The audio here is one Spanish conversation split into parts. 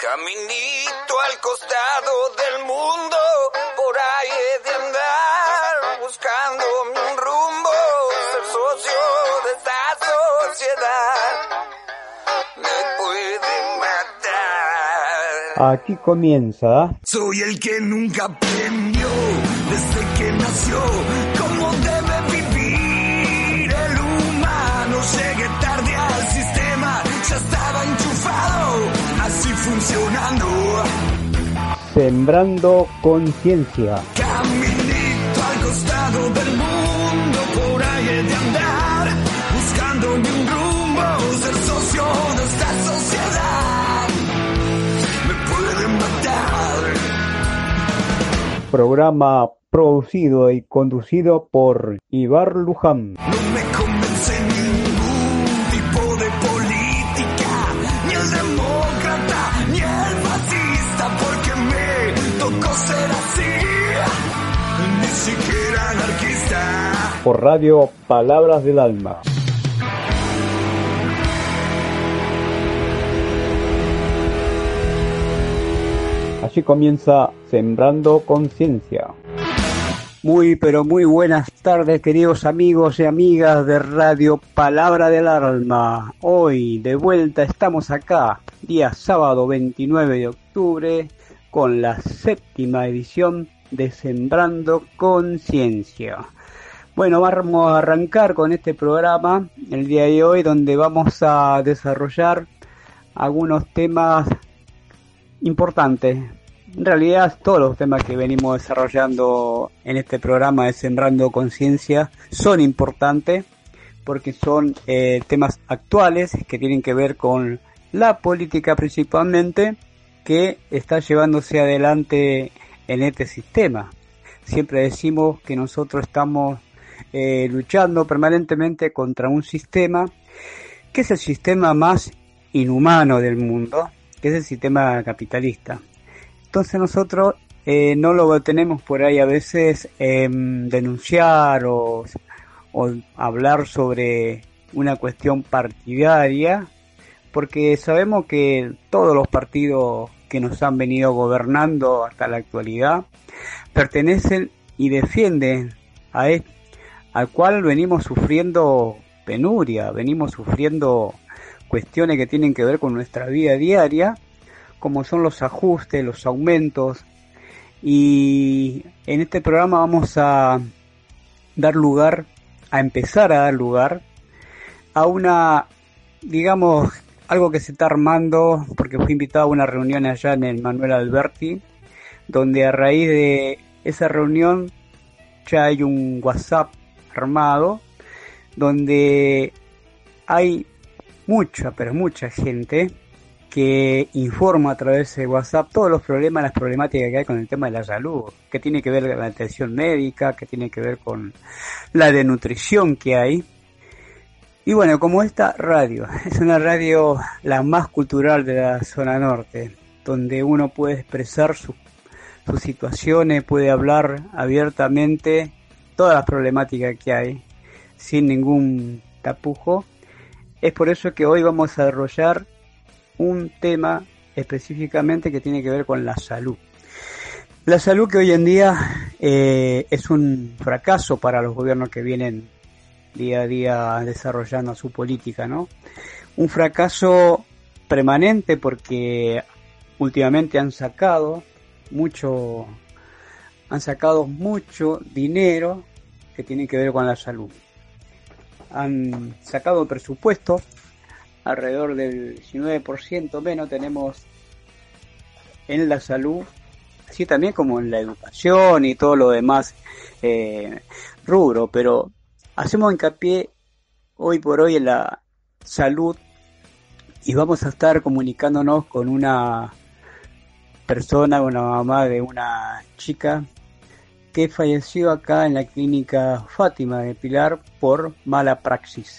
Caminito al costado del mundo, por ahí he de andar, buscándome un rumbo, ser socio de esta sociedad, me puede matar. Aquí comienza. Soy el que nunca aprendió, desde que nació, cómo debe vivir el humano. Llegué tarde al sistema, ya estaba enchufado, así funcionando. Sembrando conciencia. Caminito al costado del mundo, por ahí he de andar, buscándome un rumbo, ser socio de esta sociedad, me pueden matar. Programa producido y conducido por Ibar Luján. No me convence ningún tipo de política, ni el demócrata, ni el fascista, porque me tocó ser así, ni siquiera anarquista. Por Radio Palabras del Alma. Así comienza Sembrando Conciencia. Muy pero muy buenas tardes, queridos amigos y amigas de Radio Palabra del Alma. Hoy de vuelta estamos acá, día sábado 29 de octubre, con la 7ª edición de Sembrando Conciencia. Bueno, vamos a arrancar con este programa el día de hoy, donde vamos a desarrollar algunos temas importantes. En realidad todos los temas que venimos desarrollando en este programa de Sembrando Conciencia son importantes porque son temas actuales que tienen que ver con la política principalmente que está llevándose adelante en este sistema. Siempre decimos que nosotros estamos luchando permanentemente contra un sistema que es el sistema más inhumano del mundo, que es el sistema capitalista. Entonces nosotros no lo tenemos por ahí a veces denunciar o hablar sobre una cuestión partidaria, porque sabemos que todos los partidos que nos han venido gobernando hasta la actualidad pertenecen y defienden al cual venimos sufriendo penuria, venimos sufriendo cuestiones que tienen que ver con nuestra vida diaria, como son los ajustes, los aumentos, y en este programa vamos a empezar a dar lugar a una, digamos, algo que se está armando, porque fui invitado a una reunión allá en el Manuel Alberti, donde a raíz de esa reunión ya hay un WhatsApp armado, donde hay mucha gente que informa a través de WhatsApp todos los problemas, las problemáticas que hay con el tema de la salud, que tiene que ver con la atención médica, que tiene que ver con la desnutrición que hay. Y bueno, como esta radio es una radio la más cultural de la zona norte, donde uno puede expresar sus situaciones, puede hablar abiertamente todas las problemáticas que hay, sin ningún tapujo. Es por eso que hoy vamos a desarrollar un tema específicamente que tiene que ver con la salud. La salud que hoy en día es un fracaso para los gobiernos que vienen día a día desarrollando su política, ¿no? Un fracaso permanente porque últimamente han sacado mucho dinero que tiene que ver con la salud. Han sacado presupuesto, alrededor del 19% menos tenemos en la salud, así también como en la educación y todo lo demás rubro, pero hacemos hincapié hoy por hoy en la salud y vamos a estar comunicándonos con una persona, una mamá de una chica que falleció acá en la clínica Fátima de Pilar por mala praxis.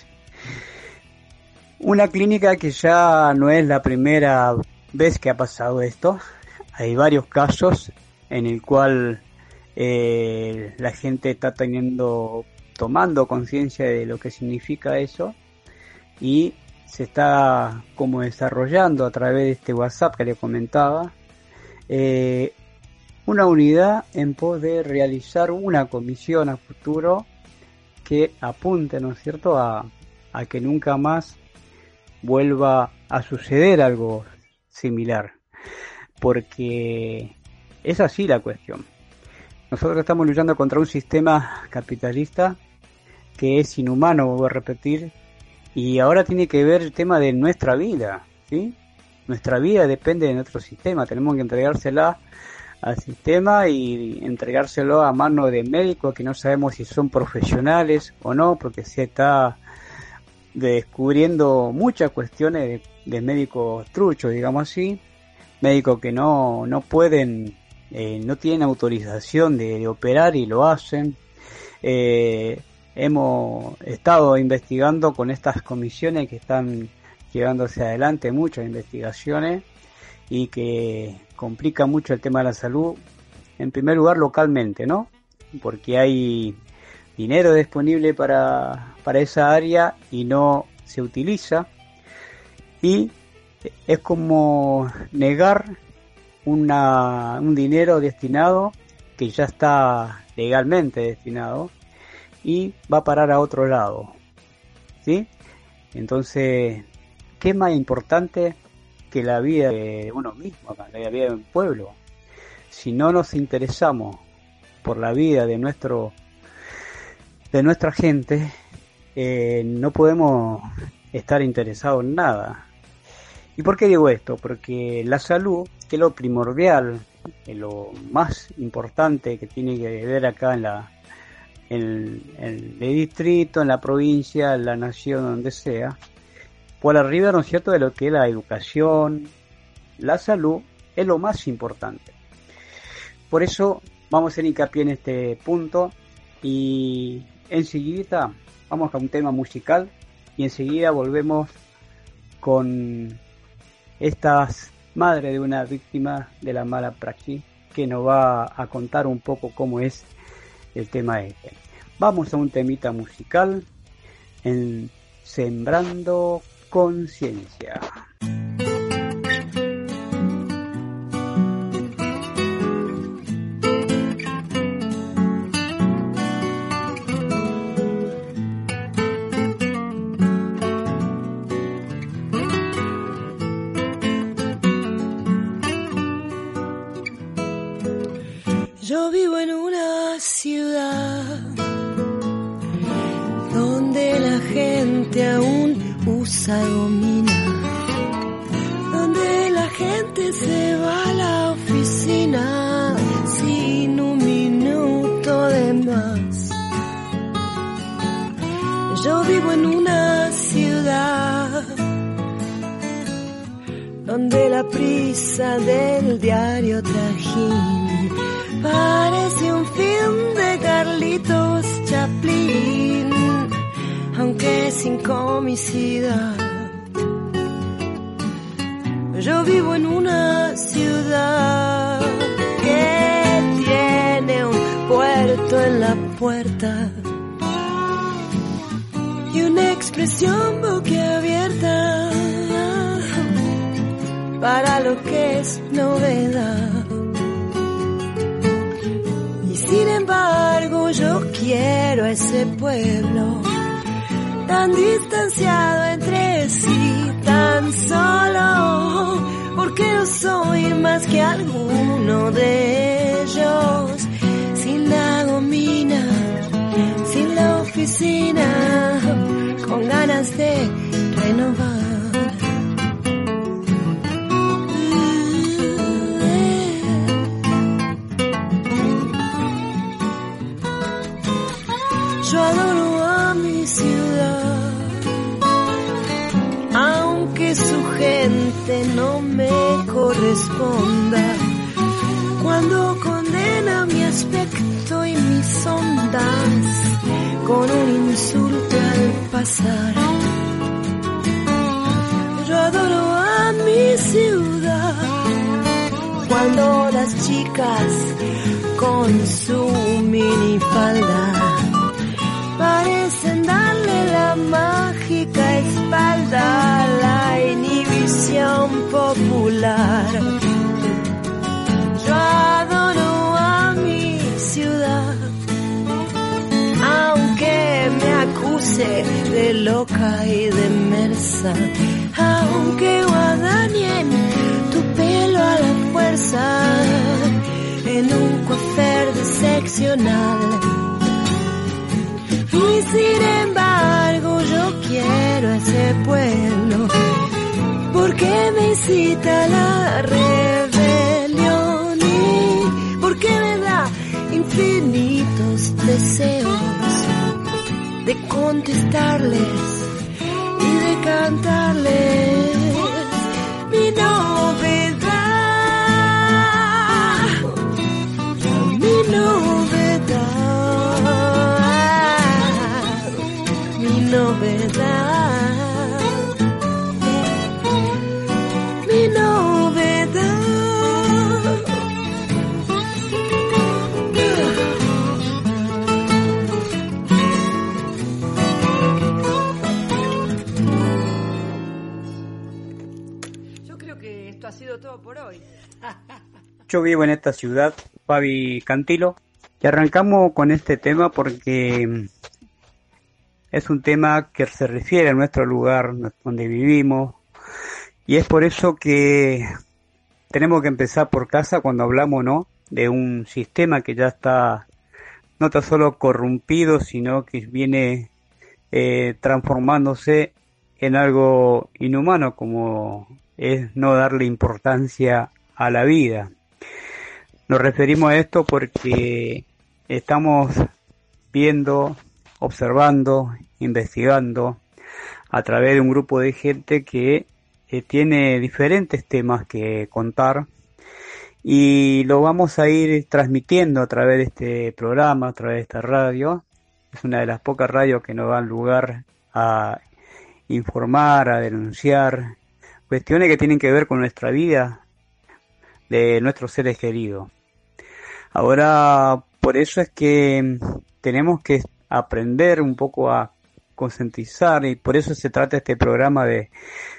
Una clínica que ya no es la primera vez que ha pasado esto. Hay varios casos en el cual la gente está tomando conciencia de lo que significa eso y se está como desarrollando a través de este WhatsApp que le comentaba, una unidad en pos de realizar una comisión a futuro que apunte, ¿no es cierto?, a que nunca más vuelva a suceder algo similar, porque es así la cuestión. Nosotros estamos luchando contra un sistema capitalista que es inhumano, vuelvo a repetir, y ahora tiene que ver el tema de nuestra vida, ¿sí? Nuestra vida depende de nuestro sistema, tenemos que entregársela al sistema y entregárselo a mano de médicos que no sabemos si son profesionales o no, porque se está descubriendo muchas cuestiones de médicos truchos, digamos así, médicos que no pueden, no tienen autorización de operar y lo hacen. Hemos estado investigando con estas comisiones que están llevándose adelante muchas investigaciones y que complica mucho el tema de la salud, en primer lugar localmente, ¿no? Porque hay dinero disponible para esa área y no se utiliza, y es como negar un dinero destinado que ya está legalmente destinado y va a parar a otro lado, ¿sí? Entonces, ¿qué es más importante que la vida de uno mismo, la vida del pueblo? Si no nos interesamos por la vida de nuestra gente, no podemos estar interesados en nada. ¿Y por qué digo esto? Porque la salud, que es lo primordial, es lo más importante que tiene que ver acá en el distrito, en la provincia, en la nación, donde sea, por arriba, ¿no es cierto?, de lo que es la educación, la salud, es lo más importante. Por eso vamos a hacer hincapié en este punto y enseguida vamos a un tema musical y enseguida volvemos con estas madres de una víctima de la mala praxis que nos va a contar un poco cómo es el tema este. Vamos a un temita musical en Sembrando Conciencia. Yo vivo en una ciudad donde la gente aún usa gomina, donde la gente se va a la oficina sin un minuto de más. Yo vivo en una ciudad donde la prisa del diario Trajín parece un film de Carlitos Chaplin, aunque sin comicidad. Yo vivo en una ciudad que tiene un puerto en la puerta y una expresión boquiabierta para lo que es novedad. Sin embargo, yo quiero a ese pueblo tan distanciado entre sí, tan solo, porque no soy más que alguno de ellos. Sin la gomina, sin la oficina, con ganas de renovar. Yo adoro a mi ciudad, aunque su gente no me corresponda. Cuando condena mi aspecto y mis ondas con un insulto al pasar. Yo adoro a mi ciudad, cuando las chicas con su minifalda parecen darle la mágica espalda popular. Yo adoro a mi ciudad, aunque me acuse de loca y de mersa, aunque guadañen tu pelo a la fuerza en un coafer seccional. Y sin embargo yo quiero ese pueblo, porque me incita a la rebelión y porque me da infinitos deseos de contestarles y de cantarles mi novedad, mi novedad, mi novedad, mi novedad. Yo creo que esto ha sido todo por hoy. Yo vivo en esta ciudad, Fabi Cantilo, y arrancamos con este tema porque es un tema que se refiere a nuestro lugar donde vivimos, y es por eso que tenemos que empezar por casa cuando hablamos, ¿no?, de un sistema que ya está no tan solo corrompido, sino que viene transformándose en algo inhumano, como es no darle importancia a la vida. Nos referimos a esto porque estamos viendo, observando, investigando a través de un grupo de gente que tiene diferentes temas que contar, y lo vamos a ir transmitiendo a través de este programa, a través de esta radio. Es una de las pocas radios que nos dan lugar a informar, a denunciar cuestiones que tienen que ver con nuestra vida, de nuestros seres queridos. Ahora, por eso es que tenemos que aprender un poco a concientizar, y por eso se trata este programa de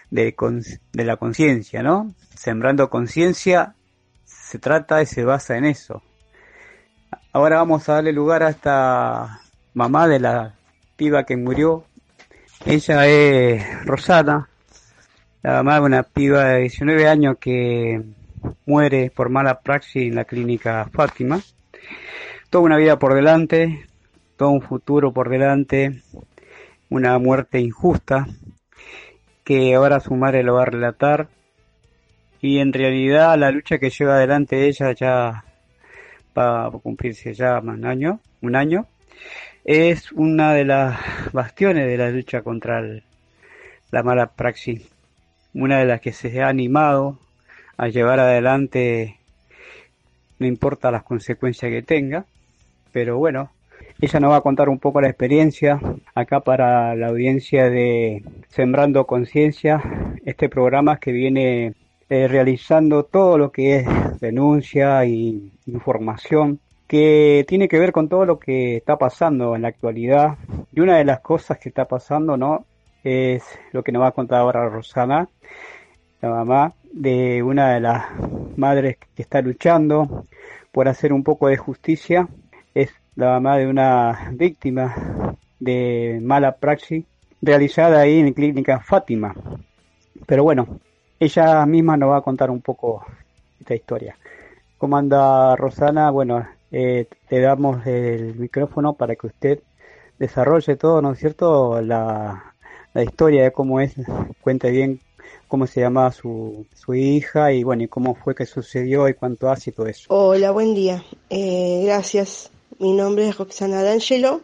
la conciencia, ¿no? Sembrando conciencia, se trata y se basa en eso. Ahora vamos a darle lugar a esta mamá de la piba que murió. Ella es Rosana, la mamá de una piba de 19 años que muere por mala praxis en la clínica Fátima. Toda una vida por delante, todo un futuro por delante, una muerte injusta que ahora su madre lo va a relatar, y en realidad la lucha que lleva adelante ella ya va a cumplirse ya un año, es una de las bastiones de la lucha contra la mala praxis, una de las que se ha animado a llevar adelante, no importa las consecuencias que tenga, pero bueno, ella nos va a contar un poco la experiencia acá para la audiencia de Sembrando Conciencia, este programa que viene realizando todo lo que es denuncia y información que tiene que ver con todo lo que está pasando en la actualidad. Y una de las cosas que está pasando, ¿no?, es lo que nos va a contar ahora Rosana, la mamá de una de las madres que está luchando por hacer un poco de justicia. Es la mamá de una víctima de mala praxis realizada ahí en Clínica Fátima. Pero bueno, ella misma nos va a contar un poco esta historia. ¿Cómo anda Rosana? Bueno, te damos el micrófono para que usted desarrolle todo, ¿no es cierto?, la historia de cómo es, cuente bien cómo se llama su hija y bueno, y cómo fue que sucedió y cuánto hace y todo eso. Hola, buen día. Gracias. Mi nombre es Roxana D'Angelo.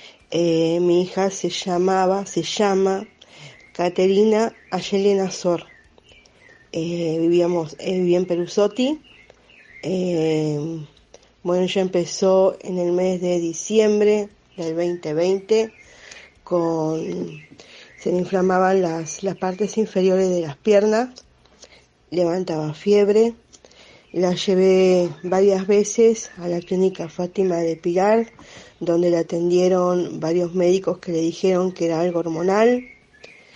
Mi hija se llama Caterina Ayelena Sor. Vivía en Perusotti. Bueno, ella empezó en el mes de diciembre del 2020 se le inflamaban las partes inferiores de las piernas, levantaba fiebre. La llevé varias veces a la clínica Fátima de Pilar, donde la atendieron varios médicos que le dijeron que era algo hormonal.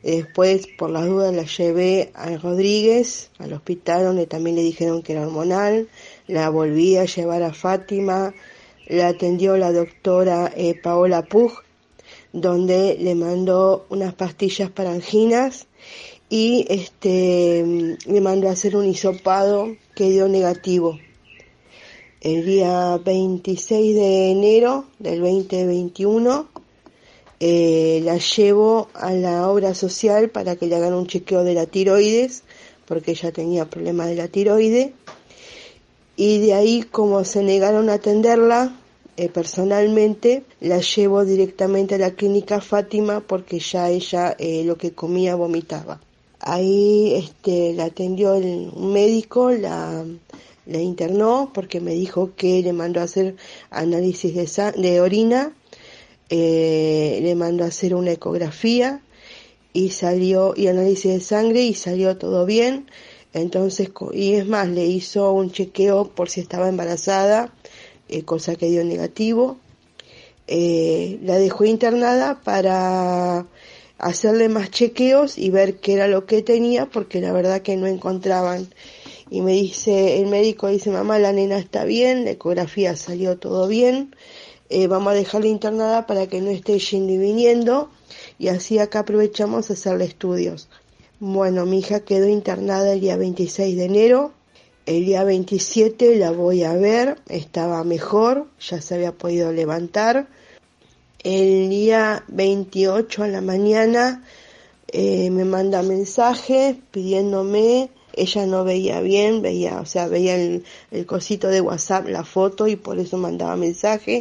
Después, por las dudas, la llevé a Rodríguez, al hospital, donde también le dijeron que era hormonal. La volví a llevar a Fátima, la atendió la doctora Paola Puj, donde le mandó unas pastillas para anginas y le mandó a hacer un hisopado que dio negativo. El día 26 de enero del 2021 la llevo a la obra social para que le hagan un chequeo de la tiroides, porque ella tenía problemas de la tiroides, y de ahí, como se negaron a atenderla personalmente, la llevo directamente a la clínica Fátima, porque ya ella lo que comía vomitaba. Ahí la atendió un médico, la internó porque me dijo que le mandó a hacer análisis de orina, le mandó a hacer una ecografía y análisis de sangre y salió todo bien. Entonces, y es más, le hizo un chequeo por si estaba embarazada, cosa que dio negativo. La dejó internada para hacerle más chequeos y ver qué era lo que tenía, porque la verdad que no encontraban. Y el médico dice, mamá, la nena está bien, la ecografía salió todo bien, vamos a dejarla internada para que no esté yendo y viniendo, y así acá aprovechamos a hacerle estudios. Bueno, mi hija quedó internada el día 26 de enero, el día 27 la voy a ver, estaba mejor, ya se había podido levantar. El día 28 a la mañana me manda mensaje pidiéndome. Ella no veía bien, veía el cosito de WhatsApp, la foto, y por eso mandaba mensaje,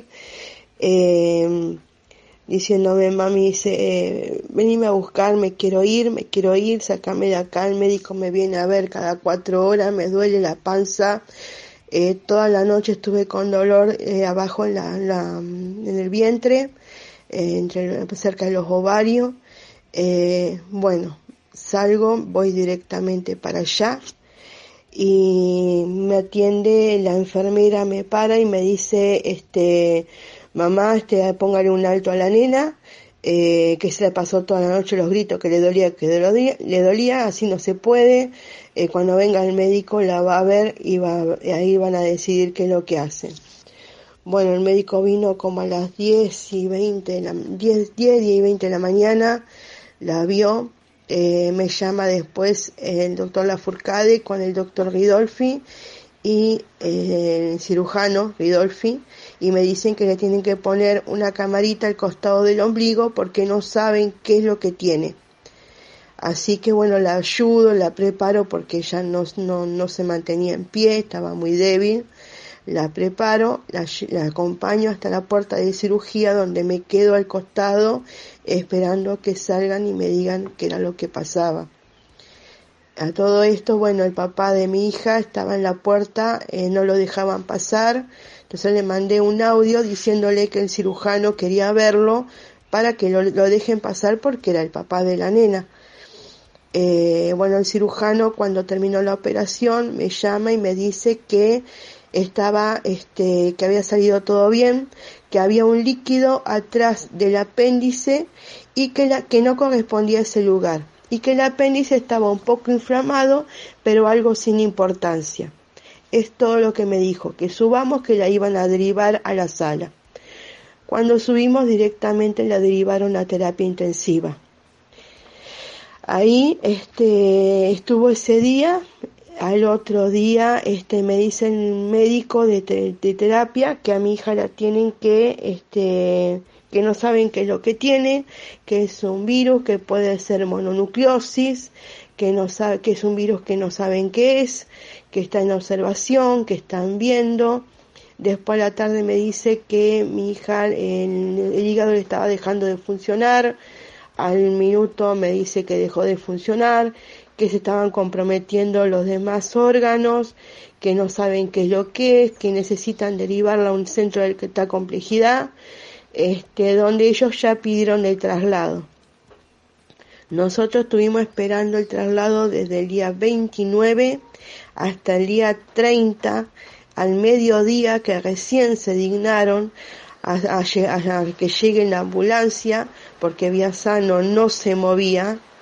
diciéndome, mami, venime a buscar, me quiero ir, sacame de acá, el médico me viene a ver cada 4 horas, me duele la panza, toda la noche estuve con dolor abajo en el vientre, cerca de los ovarios. Bueno, salgo, voy directamente para allá y me atiende la enfermera, me para y me dice, mamá, póngale un alto a la nena, que se le pasó toda la noche los gritos, que le dolía, así no se puede, cuando venga el médico la va a ver y ahí van a decidir qué es lo que hacen. Bueno, el médico vino como a las 10 y 20 de la mañana, la vio. Me llama después el doctor Lafourcade con el doctor Ridolfi y el cirujano Ridolfi, y me dicen que le tienen que poner una camarita al costado del ombligo porque no saben qué es lo que tiene. Así que bueno, la ayudo, la preparo porque ella no se mantenía en pie, estaba muy débil. La preparo, la acompaño hasta la puerta de cirugía, donde me quedo al costado esperando que salgan y me digan qué era lo que pasaba. A todo esto, bueno, el papá de mi hija estaba en la puerta, no lo dejaban pasar, entonces le mandé un audio diciéndole que el cirujano quería verlo para que lo dejen pasar porque era el papá de la nena. Bueno, el cirujano, cuando terminó la operación, me llama y me dice que que había salido todo bien, que había un líquido atrás del apéndice y que no correspondía a ese lugar, y que el apéndice estaba un poco inflamado, pero algo sin importancia. Es todo lo que me dijo, que subamos, que la iban a derivar a la sala. Cuando subimos, directamente la derivaron a terapia intensiva. Ahí estuvo ese día. Al otro día me dice el médico de terapia que a mi hija la tienen que no saben qué es lo que tiene, que es un virus que puede ser mononucleosis, que es un virus que no saben qué es, que está en observación, que están viendo. Después a la tarde me dice que mi hija, el hígado le estaba dejando de funcionar. Al minuto me dice que dejó de funcionar, que se estaban comprometiendo los demás órganos, que no saben qué es lo que es, que necesitan derivarla a un centro de alta complejidad, donde ellos ya pidieron el traslado. Nosotros estuvimos esperando el traslado desde el día 29 hasta el día 30, al mediodía, que recién se dignaron a que llegue la ambulancia, porque Viasano no se movía.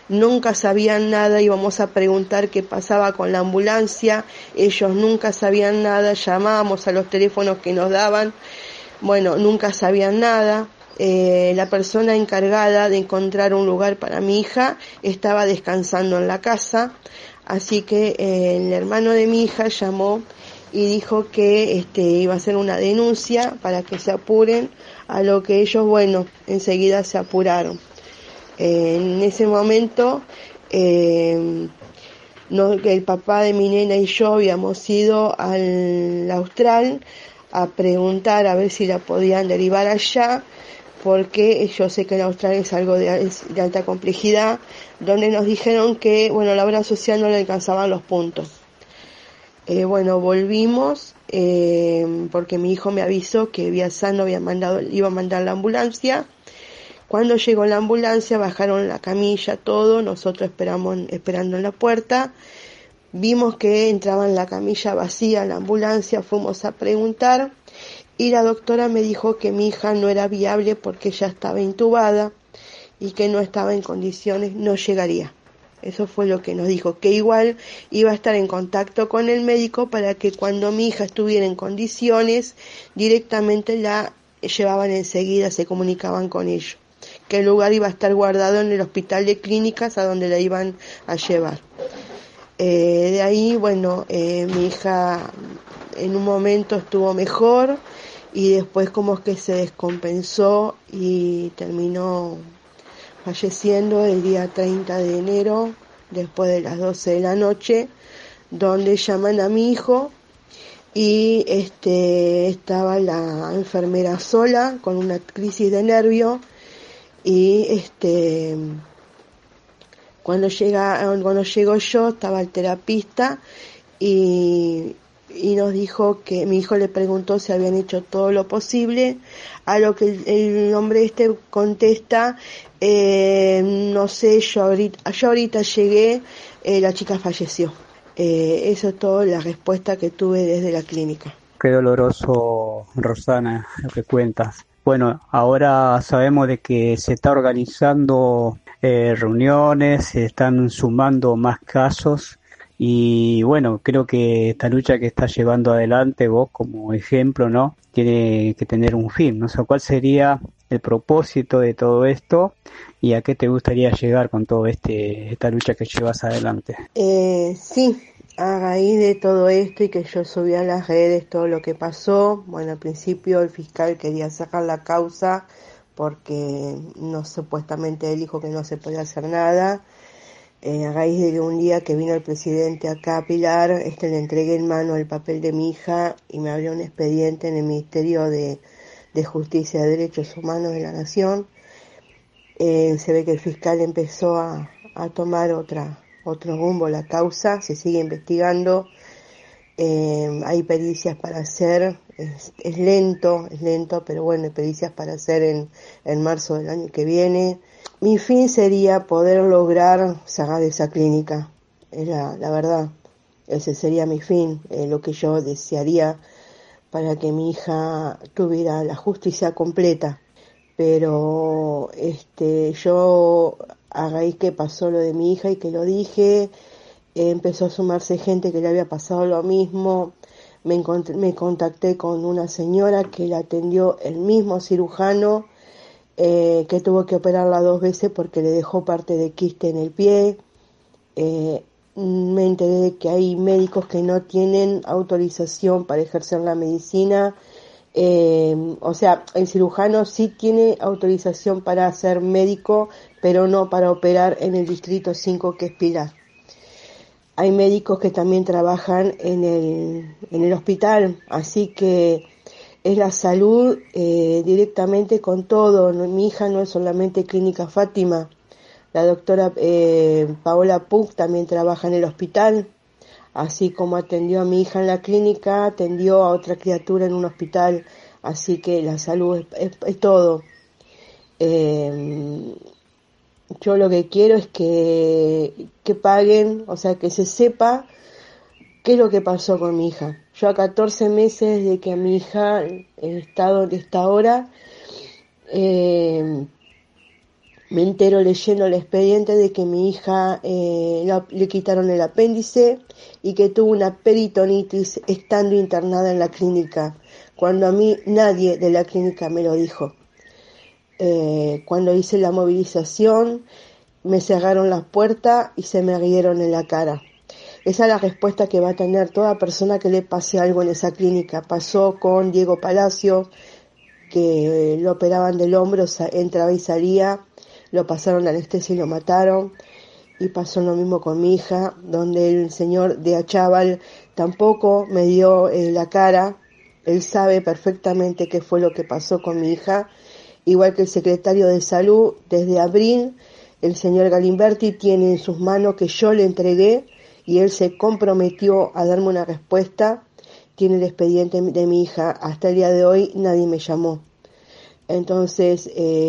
nunca sabían nada, íbamos a preguntar qué pasaba con la ambulancia, ellos nunca sabían nada, llamábamos a los teléfonos que nos daban, bueno, nunca sabían nada. La persona encargada de encontrar un lugar para mi hija estaba descansando en la casa, así que el hermano de mi hija llamó y dijo que iba a hacer una denuncia para que se apuren, a lo que ellos, bueno, enseguida se apuraron. En ese momento, el papá de mi nena y yo habíamos ido al Austral a preguntar a ver si la podían derivar allá, porque yo sé que el Austral es algo de alta complejidad, donde nos dijeron que, bueno, la obra social no le alcanzaban los puntos. Bueno, volvimos, porque mi hijo me avisó que Viasano iba a mandar la ambulancia. Cuando llegó la ambulancia, bajaron la camilla, todo, nosotros esperando en la puerta, vimos que entraba en la camilla vacía la ambulancia, fuimos a preguntar, y la doctora me dijo que mi hija no era viable porque ya estaba intubada y que no estaba en condiciones, no llegaría. Eso fue lo que nos dijo, que igual iba a estar en contacto con el médico para que cuando mi hija estuviera en condiciones, directamente la llevaban enseguida, se comunicaban con ellos, que el lugar iba a estar guardado en el hospital de clínicas a donde la iban a llevar. De ahí, bueno, mi hija en un momento estuvo mejor y después como que se descompensó y terminó falleciendo el día 30 de enero, después de las 12 de la noche, donde llaman a mi hijo y estaba la enfermera sola con una crisis de nervio y cuando llego yo estaba el terapista y nos dijo que mi hijo le preguntó si habían hecho todo lo posible, a lo que el hombre contesta, no sé, yo ahorita llegué, la chica falleció. Eso es toda la respuesta que tuve desde la clínica. Qué doloroso, Rosana, lo que cuentas. Bueno, ahora sabemos de que se está organizando reuniones, se están sumando más casos y bueno, creo que esta lucha que estás llevando adelante vos como ejemplo, ¿no? Tiene que tener un fin, ¿no? O sea, ¿cuál sería el propósito de todo esto y a qué te gustaría llegar con todo esta lucha que llevas adelante? Sí, a raíz de todo esto y que yo subí a las redes todo lo que pasó, bueno, al principio el fiscal quería sacar la causa porque supuestamente él dijo que no se podía hacer nada. A raíz de que un día que vino el presidente acá a Pilar, le entregué en mano el papel de mi hija y me abrió un expediente en el Ministerio de Justicia y Derechos Humanos de la Nación. Se ve que el fiscal empezó a tomar otro rumbo la causa, se sigue investigando, hay pericias para hacer, es lento, pero bueno, hay pericias para hacer en marzo del año que viene. Mi fin sería poder lograr sacar esa clínica, es la verdad, ese sería mi fin, lo que yo desearía para que mi hija tuviera la justicia completa. Pero yo a raíz que pasó lo de mi hija y que lo dije, empezó a sumarse gente que le había pasado lo mismo. Me contacté con una señora que la atendió el mismo cirujano, que tuvo que operarla 2 veces porque le dejó parte de quiste en el pie. Me enteré de que hay médicos que no tienen autorización para ejercer la medicina. O sea, el cirujano sí tiene autorización para ser médico, pero no para operar en el distrito 5, que es Pilar. Hay médicos que también trabajan en el hospital, así que es la salud directamente con todo. Mi hija no es solamente Clínica Fátima, la doctora Paola Puch también trabaja en el hospital. Así como atendió a mi hija en la clínica, atendió a otra criatura en un hospital, así que la salud es todo. Yo lo que quiero es que paguen, o sea, que se sepa qué es lo que pasó con mi hija. Yo a 14 meses de que mi hija está donde está ahora, Me entero leyendo el expediente de que mi hija le quitaron el apéndice y que tuvo una peritonitis estando internada en la clínica, cuando a mí nadie de la clínica me lo dijo. Cuando hice la movilización, me cerraron las puertas y se me rieron en la cara. Esa es la respuesta que va a tener toda persona que le pase algo en esa clínica. Pasó con Diego Palacio, que lo operaban del hombro, entraba y salía, lo pasaron a anestesia y lo mataron. Y pasó lo mismo con mi hija, donde el señor de Achával tampoco me dio la cara. Él sabe perfectamente qué fue lo que pasó con mi hija. Igual que el secretario de Salud, desde abril, el señor Galimberti tiene en sus manos que yo le entregué y él se comprometió a darme una respuesta. Tiene el expediente de mi hija. Hasta el día de hoy nadie me llamó. Entonces,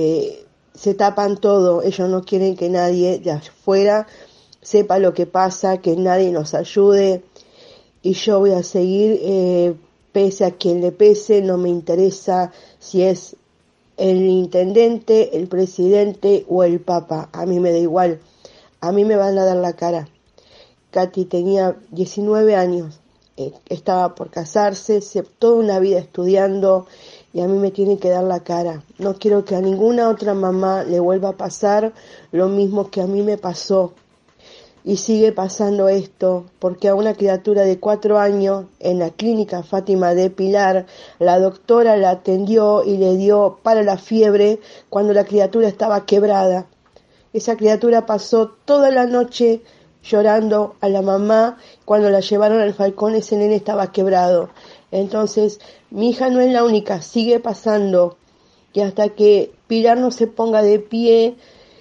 se tapan todo. Ellos no quieren que nadie de afuera sepa lo que pasa, que nadie nos ayude. Y yo voy a seguir, pese a quien le pese, no me interesa si es el intendente, el presidente o el papa. A mí me da igual. A mí me van a dar la cara. Katy tenía 19 años, estaba por casarse, toda una vida estudiando y a mí me tiene que dar la cara. No quiero que a ninguna otra mamá le vuelva a pasar lo mismo que a mí me pasó. Y sigue pasando esto, porque a una criatura de 4 años en la clínica Fátima de Pilar, la doctora la atendió y le dio para la fiebre cuando la criatura estaba quebrada. Esa criatura pasó toda la noche llorando a la mamá. Cuando la llevaron al Falcón, ese nene estaba quebrado. Entonces, mi hija no es la única, sigue pasando. Y hasta que Pilar no se ponga de pie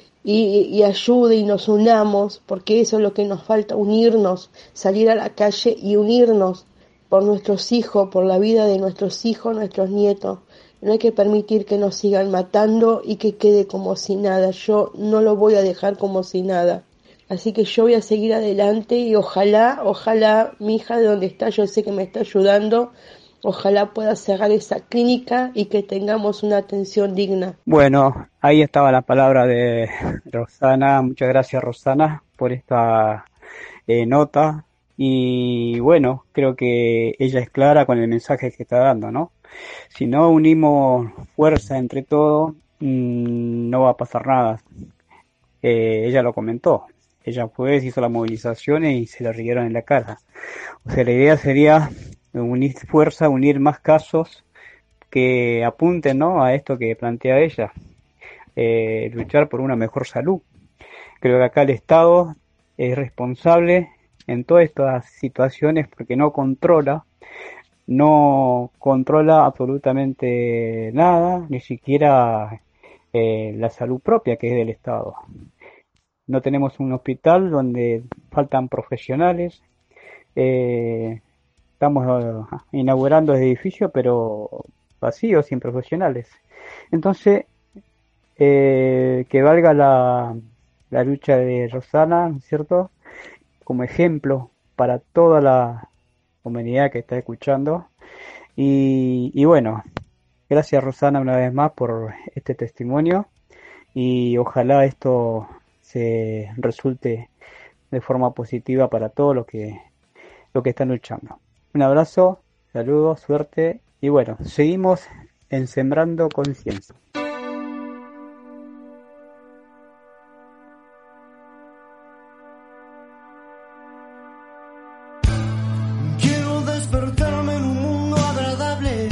y ayude y nos unamos, porque eso es lo que nos falta, unirnos, salir a la calle y unirnos por nuestros hijos, por la vida de nuestros hijos, nuestros nietos. No hay que permitir que nos sigan matando y que quede como si nada. Yo no lo voy a dejar como si nada. Así que yo voy a seguir adelante y ojalá mi hija de donde está, yo sé que me está ayudando, ojalá pueda cerrar esa clínica y que tengamos una atención digna. Bueno, ahí estaba la palabra de Rosana. Muchas gracias, Rosana, por esta nota. Y bueno, creo que ella es clara con el mensaje que está dando, ¿no? Si no unimos fuerza entre todos, no va a pasar nada. Ella lo comentó. Ella fue, hizo las movilizaciones y se le rieron en la cara. O sea, la idea sería unir fuerza, unir más casos que apunten, ¿no?, a esto que plantea ella. Luchar por una mejor salud. Creo que acá el Estado es responsable en todas estas situaciones porque no controla absolutamente nada, ni siquiera la salud propia que es del Estado. No tenemos un hospital donde faltan profesionales. Estamos inaugurando el edificio, pero vacío, sin profesionales. Entonces, que valga la lucha de Rosana, ¿no es cierto?, como ejemplo para toda la comunidad que está escuchando. Y bueno, gracias, Rosana, una vez más por este testimonio. Y ojalá esto se resulte de forma positiva para todos los que están luchando. Un abrazo, saludos, suerte y bueno, seguimos en Sembrando Conciencia. Quiero despertarme en un mundo agradable.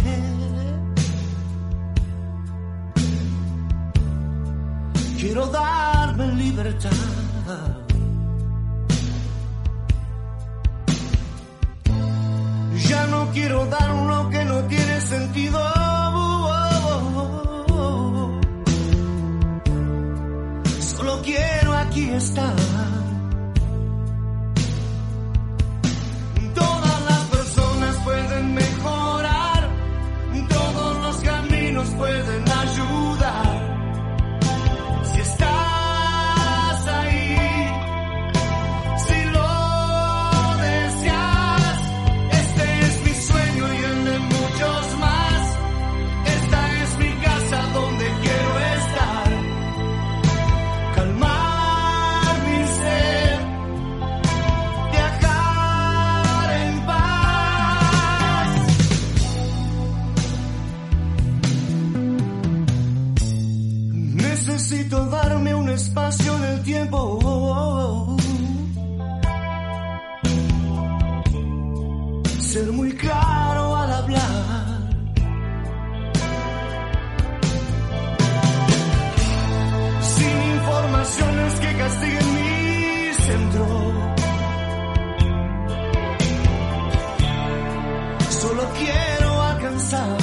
Quiero darme libertad. Ya no quiero dar lo que no tiene sentido. Solo quiero aquí estar. Todas las personas pueden mejorar. Todos los caminos pueden ayudar. Si estás ahí, si lo deseas, este es mi sueño y el de muchos más. Esta es mi casa donde quiero estar. ser muy claro al hablar. Sin informaciones que castiguen mi centro. Solo quiero alcanzar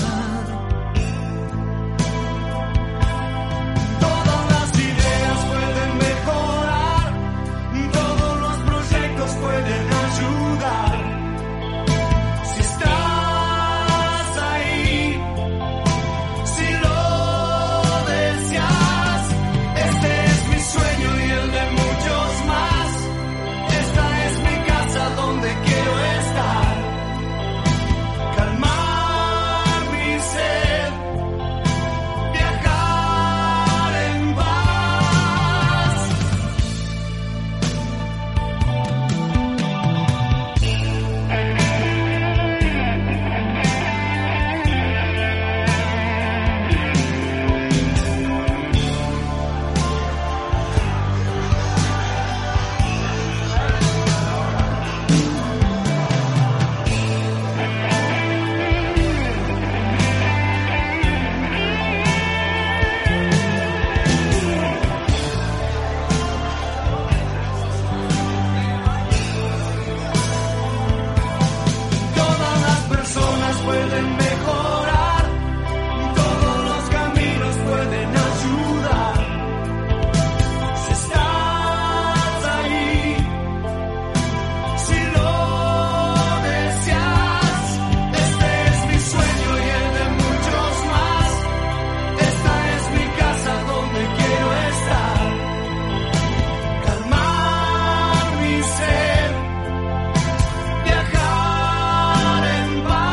todas las ideas pueden mejorar, todos los proyectos pueden ayudar. Si estás ahí, si lo deseas, este es mi sueño y el de muchos más. Esta es mi casa donde quiero estar. Calmar mi sed, viajar en paz. Todas las personas pueden mejorar, todos los caminos pueden ayudar. Si estás ahí, si lo deseas, este es mi sueño y el de muchos más. Esta es mi casa donde quiero estar. Calmar mi sed, viajar en paz.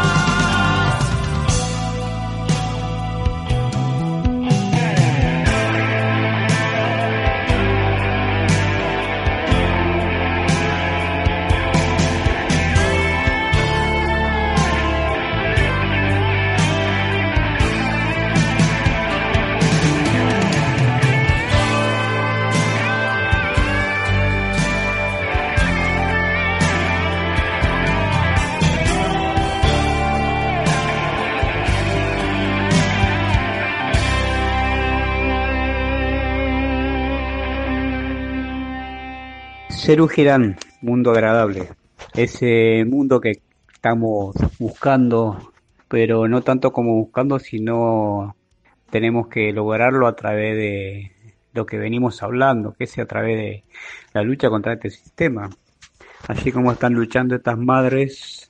Serú Girán, mundo agradable. Ese mundo que estamos buscando, pero no tanto como buscando, sino tenemos que lograrlo a través de lo que venimos hablando, que es a través de la lucha contra este sistema. Así como están luchando estas madres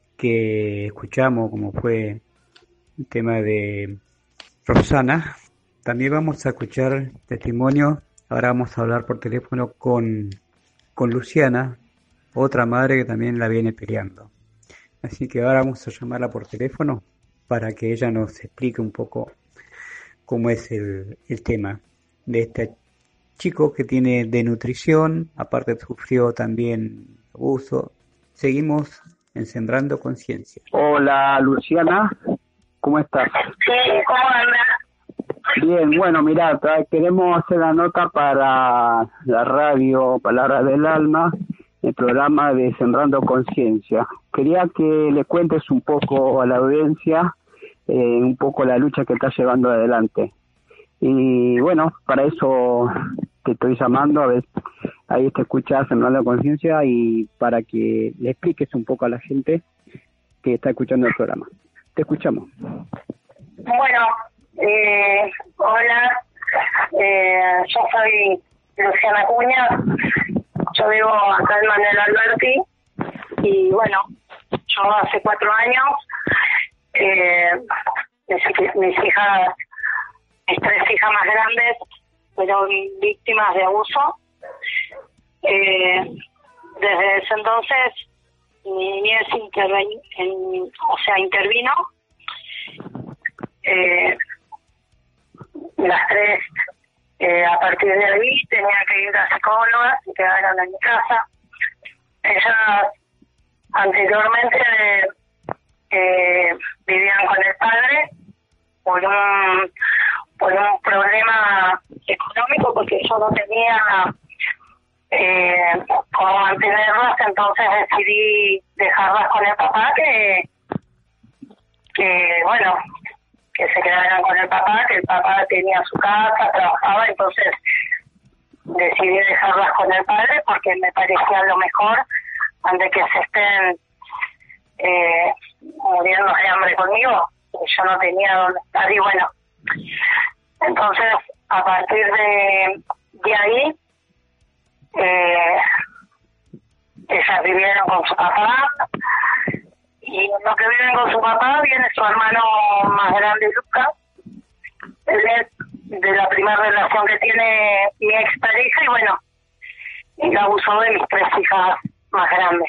que escuchamos, como fue el tema de Rosana, también vamos a escuchar testimonios. Ahora vamos a hablar por teléfono con Luciana, otra madre que también la viene peleando. Así que ahora vamos a llamarla por teléfono para que ella nos explique un poco cómo es el tema de este chico que tiene desnutrición, aparte sufrió también abuso. Seguimos en Sembrando Conciencia. Hola Luciana, ¿cómo estás? Sí, ¿cómo andas? Bien, bueno, mirá, queremos hacer la nota para la radio Palabra del Alma, el programa de Sembrando Conciencia. Quería que le cuentes un poco a la audiencia, un poco la lucha que estás llevando adelante. Y bueno, para eso te estoy llamando, a ver, ahí te escuchas Sembrando Conciencia y para que le expliques un poco a la gente que está escuchando el programa. Te escuchamos. Bueno, hola, yo soy Luciana Cuña, yo vivo acá en Manuel Alberti y bueno, yo hace 4 años, mis hijas, mis 3 hijas más grandes fueron víctimas de abuso. Desde ese entonces mi niñez intervino. Las 3 a partir de ahí tenían que ir a psicólogas y quedaron en mi casa. Ellas anteriormente vivían con el padre por un problema económico, porque yo no tenía cómo mantenerlas, entonces decidí dejarlas con el papá, que bueno, que se quedaran con el papá, que el papá tenía su casa, trabajaba, entonces decidí dejarlas con el padre porque me parecía lo mejor antes que se estén muriendo de hambre conmigo, yo no tenía dónde estar. Y bueno, entonces a partir de ahí ellas vivieron con su papá, y en lo que viven con su papá viene su hermano más grande, Lucas. Él es de la primera relación que tiene mi ex pareja, y bueno, él abusó de mis 3 hijas más grandes.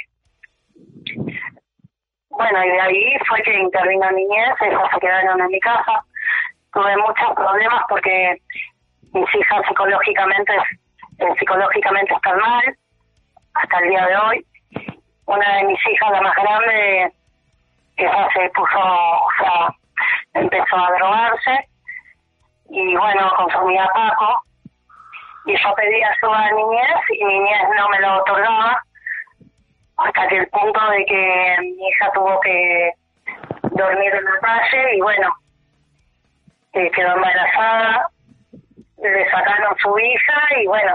Bueno, y de ahí fue que intervino niñez, ellas se quedaron en mi casa. Tuve muchos problemas porque mis hijas psicológicamente están mal hasta el día de hoy. Una de mis hijas, la más grande, ella se puso, o sea, empezó a drogarse y bueno, consumía Paco, y yo pedía ayuda a niñez y niñez no me lo otorgaba, hasta que el punto de que mi hija tuvo que dormir en la calle y bueno, quedó embarazada, le sacaron su hija y bueno,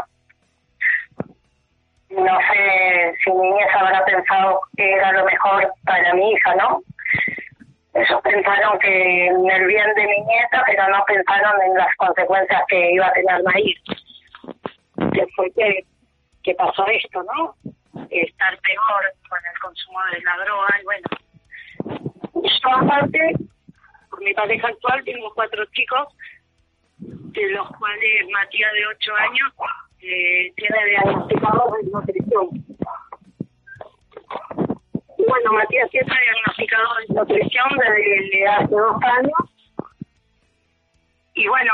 no sé si niñez habrá pensado que era lo mejor para mi hija, ¿no? Ellos pensaron que en el bien de mi nieta, pero no pensaron en las consecuencias que iba a tener Nair. Que fue que pasó esto, ¿no? Estar peor con el consumo de la droga, y bueno. Y yo aparte, con mi pareja actual, tengo 4 chicos, de los cuales Matías, de 8 años, tiene diagnosticado desnutrición. Y bueno, Matías tiene diagnosticado desnutrición desde hace 2 años. Y bueno,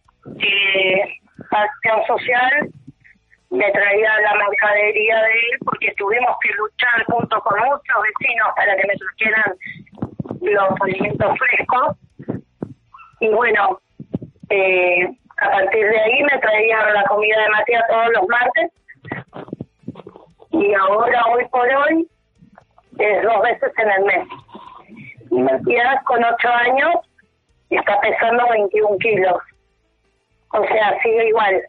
Acción Social me traía la mercadería de él porque tuvimos que luchar junto con muchos vecinos para que me trajeran los alimentos frescos. Y bueno, a partir de ahí me traían la comida de Matías todos los martes, y ahora, hoy por hoy, es 2 veces en el mes. Y Matías, con 8 años, está pesando 21 kilos. O sea, sigue igual.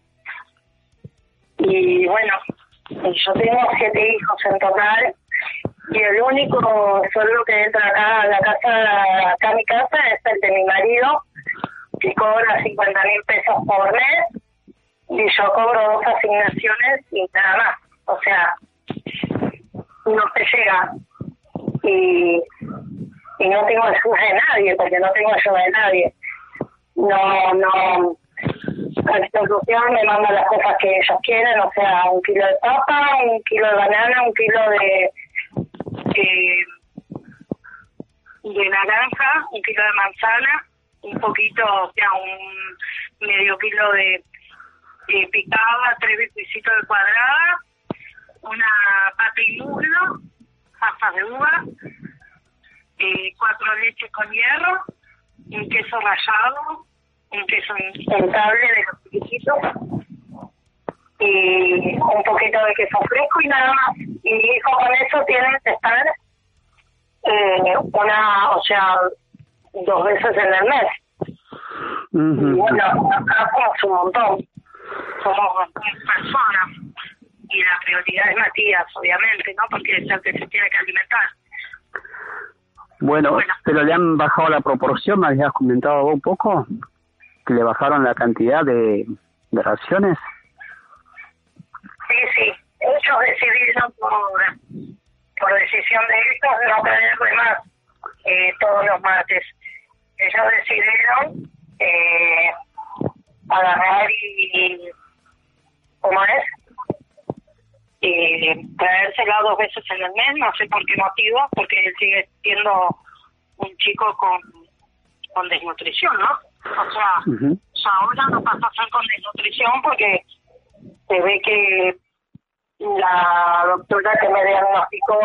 Y bueno, yo tengo 7 hijos en total, y el único sueldo que entra acá a mi casa, es el de mi marido, que cobra 50.000 pesos por mes, y yo cobro 2 asignaciones y nada más. O sea, no se llega. Y no tengo ayuda de nadie, porque no tengo ayuda de nadie. No. La institución me manda las cosas que ellos quieren, o sea, 1 kilo de papa, 1 kilo de banana, 1 kilo de naranja, 1 kilo de manzana, un poquito, o sea, un medio kilo de picada, 3 bifecitos de cuadrada, una pata y muslo, pasas de uva, 4 leches con hierro, un queso rallado, un queso intentable de los chiquititos, y un poquito de queso fresco y nada más. Y mi hijo con eso tiene que estar o sea, 2 veces en el mes. Y bueno, acá somos un montón, somos 10 personas, y la prioridad es Matías, obviamente, ¿no? Porque es el que se tiene que alimentar. Bueno, pero le han bajado la proporción, me habías comentado vos un poco, que le bajaron la cantidad de raciones. Sí, ellos decidieron por decisión de ellos no traerme más todos los martes. Ellos decidieron agarrar y ¿cómo es? Traérsela 2 veces en el mes, no sé por qué motivo, porque él sigue siendo un chico con desnutrición, ¿no? O sea, ahora no pasa a ser con desnutrición porque se ve que la doctora que me diagnosticó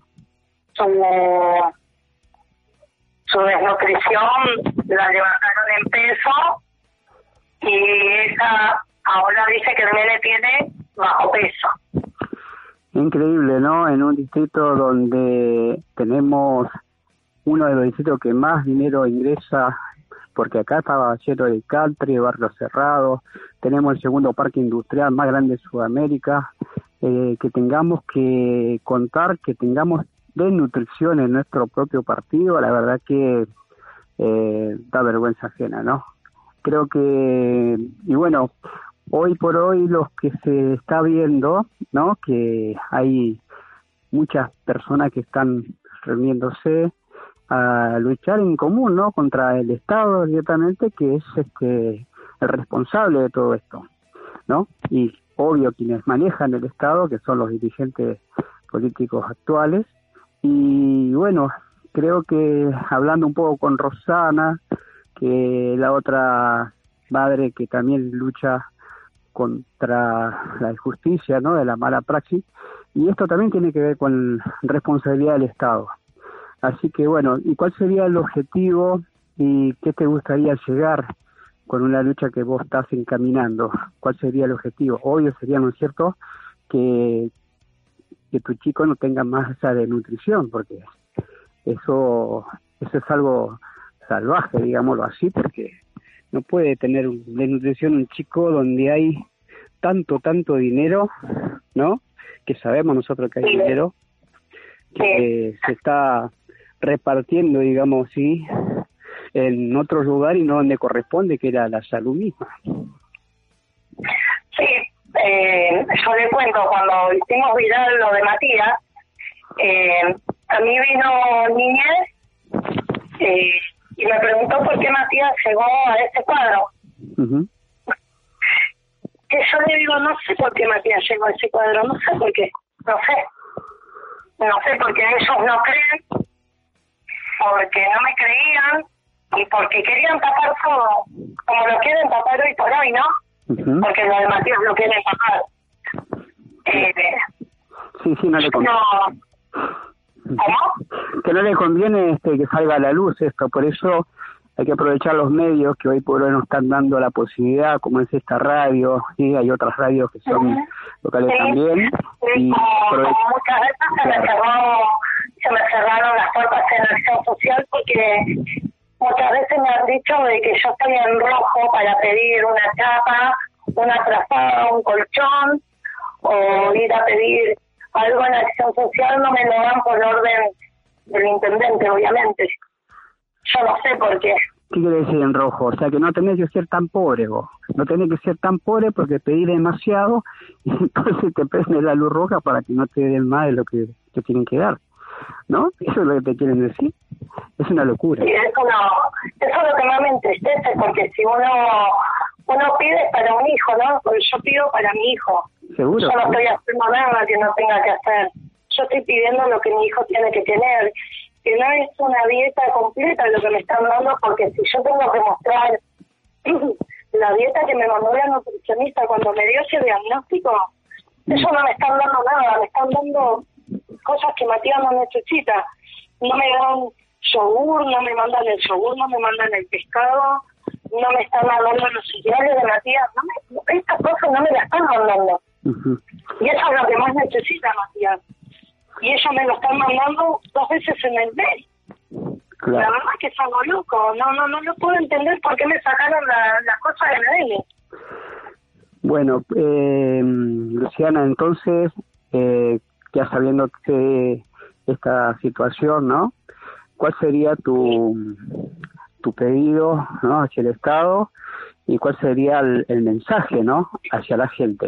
su desnutrición la levantaron en peso, y ella ahora dice que el nene tiene bajo peso. Increíble, ¿no? En un distrito donde tenemos uno de los distritos que más dinero ingresa, porque acá estaba lleno de country, barrios cerrados, tenemos el segundo parque industrial más grande de Sudamérica, que tengamos que contar, que tengamos desnutrición en nuestro propio partido, la verdad que da vergüenza ajena, ¿no? Creo que, y bueno, hoy por hoy los que se está viendo, ¿no? Que hay muchas personas que están reuniéndose a luchar en común, ¿no? Contra el Estado directamente, que es el responsable de todo esto, ¿no? Y obvio quienes manejan el Estado, que son los dirigentes políticos actuales. Y bueno, creo que hablando un poco con Rosana, que la otra madre que también lucha contra la injusticia, ¿no? De la mala praxis, y esto también tiene que ver con responsabilidad del Estado. Así que bueno, ¿y cuál sería el objetivo y qué te gustaría llegar con una lucha que vos estás encaminando? ¿Cuál sería el objetivo? Obvio sería, ¿no es cierto?, que tu chico no tenga más esa desnutrición, porque eso es algo salvaje, digámoslo así, porque no puede tener desnutrición un chico donde hay tanto dinero, ¿no? Que sabemos nosotros que hay dinero, que se está repartiendo, digamos así, en otro lugar y no donde corresponde, que era la salud misma. Sí, yo le cuento, cuando hicimos viral lo de Matías, a mí vino Niñez y me preguntó por qué Matías llegó a este cuadro. Uh-huh. Que yo le digo, no sé por qué Matías llegó a ese cuadro, no sé por qué, no sé porque ellos no creen, porque no me creían y porque querían tapar todo, como lo quieren tapar hoy por hoy, ¿no? Uh-huh. Porque lo de Matías lo quieren tapar. Sí, no le conviene. ¿Cómo? Que no le conviene que salga a la luz esto, por eso hay que aprovechar los medios que hoy por hoy nos están dando la posibilidad, como es esta radio, y hay otras radios que son locales también. Sí, y como muchas veces se me cerraron las puertas en la acción social porque muchas veces me han dicho de que yo estoy en rojo para pedir una chapa, una frazada, un colchón, o ir a pedir algo en acción social, no me lo dan por orden del intendente, obviamente. Yo no sé por qué. ¿Qué quiere decir en rojo? O sea, que no tenés que ser tan pobre vos. No tenés que ser tan pobre porque pedís demasiado y entonces te prende la luz roja para que no te den más de lo que te tienen que dar, ¿no? Eso es lo que te quieren decir. Es una locura. Sí, eso es lo que más me entristece, porque si uno pide para un hijo, ¿no? Porque yo pido para mi hijo. Seguro. Yo no estoy haciendo nada que no tenga que hacer. Yo estoy pidiendo lo que mi hijo tiene que tener. Que no es una dieta completa lo que me están dando, porque si yo tengo que mostrar la dieta que me mandó la nutricionista cuando me dio ese diagnóstico, ellos no me están dando nada, me están dando cosas que Matías no necesita. No me dan yogur, no me mandan el yogur, no me mandan el pescado, no me están mandando los cereales de Matías, estas cosas no me las están mandando. Uh-huh. Y eso es lo que más necesita Matías. Y ellos me lo están mandando 2 veces en el mes. Claro. La verdad es que es algo loco. No lo puedo entender por qué me sacaron las cosas de la L. Bueno, Luciana, entonces, ya sabiendo que esta situación, ¿no? ¿Cuál sería tu pedido, ¿no?, hacia el Estado, y cuál sería el mensaje, ¿no?, hacia la gente?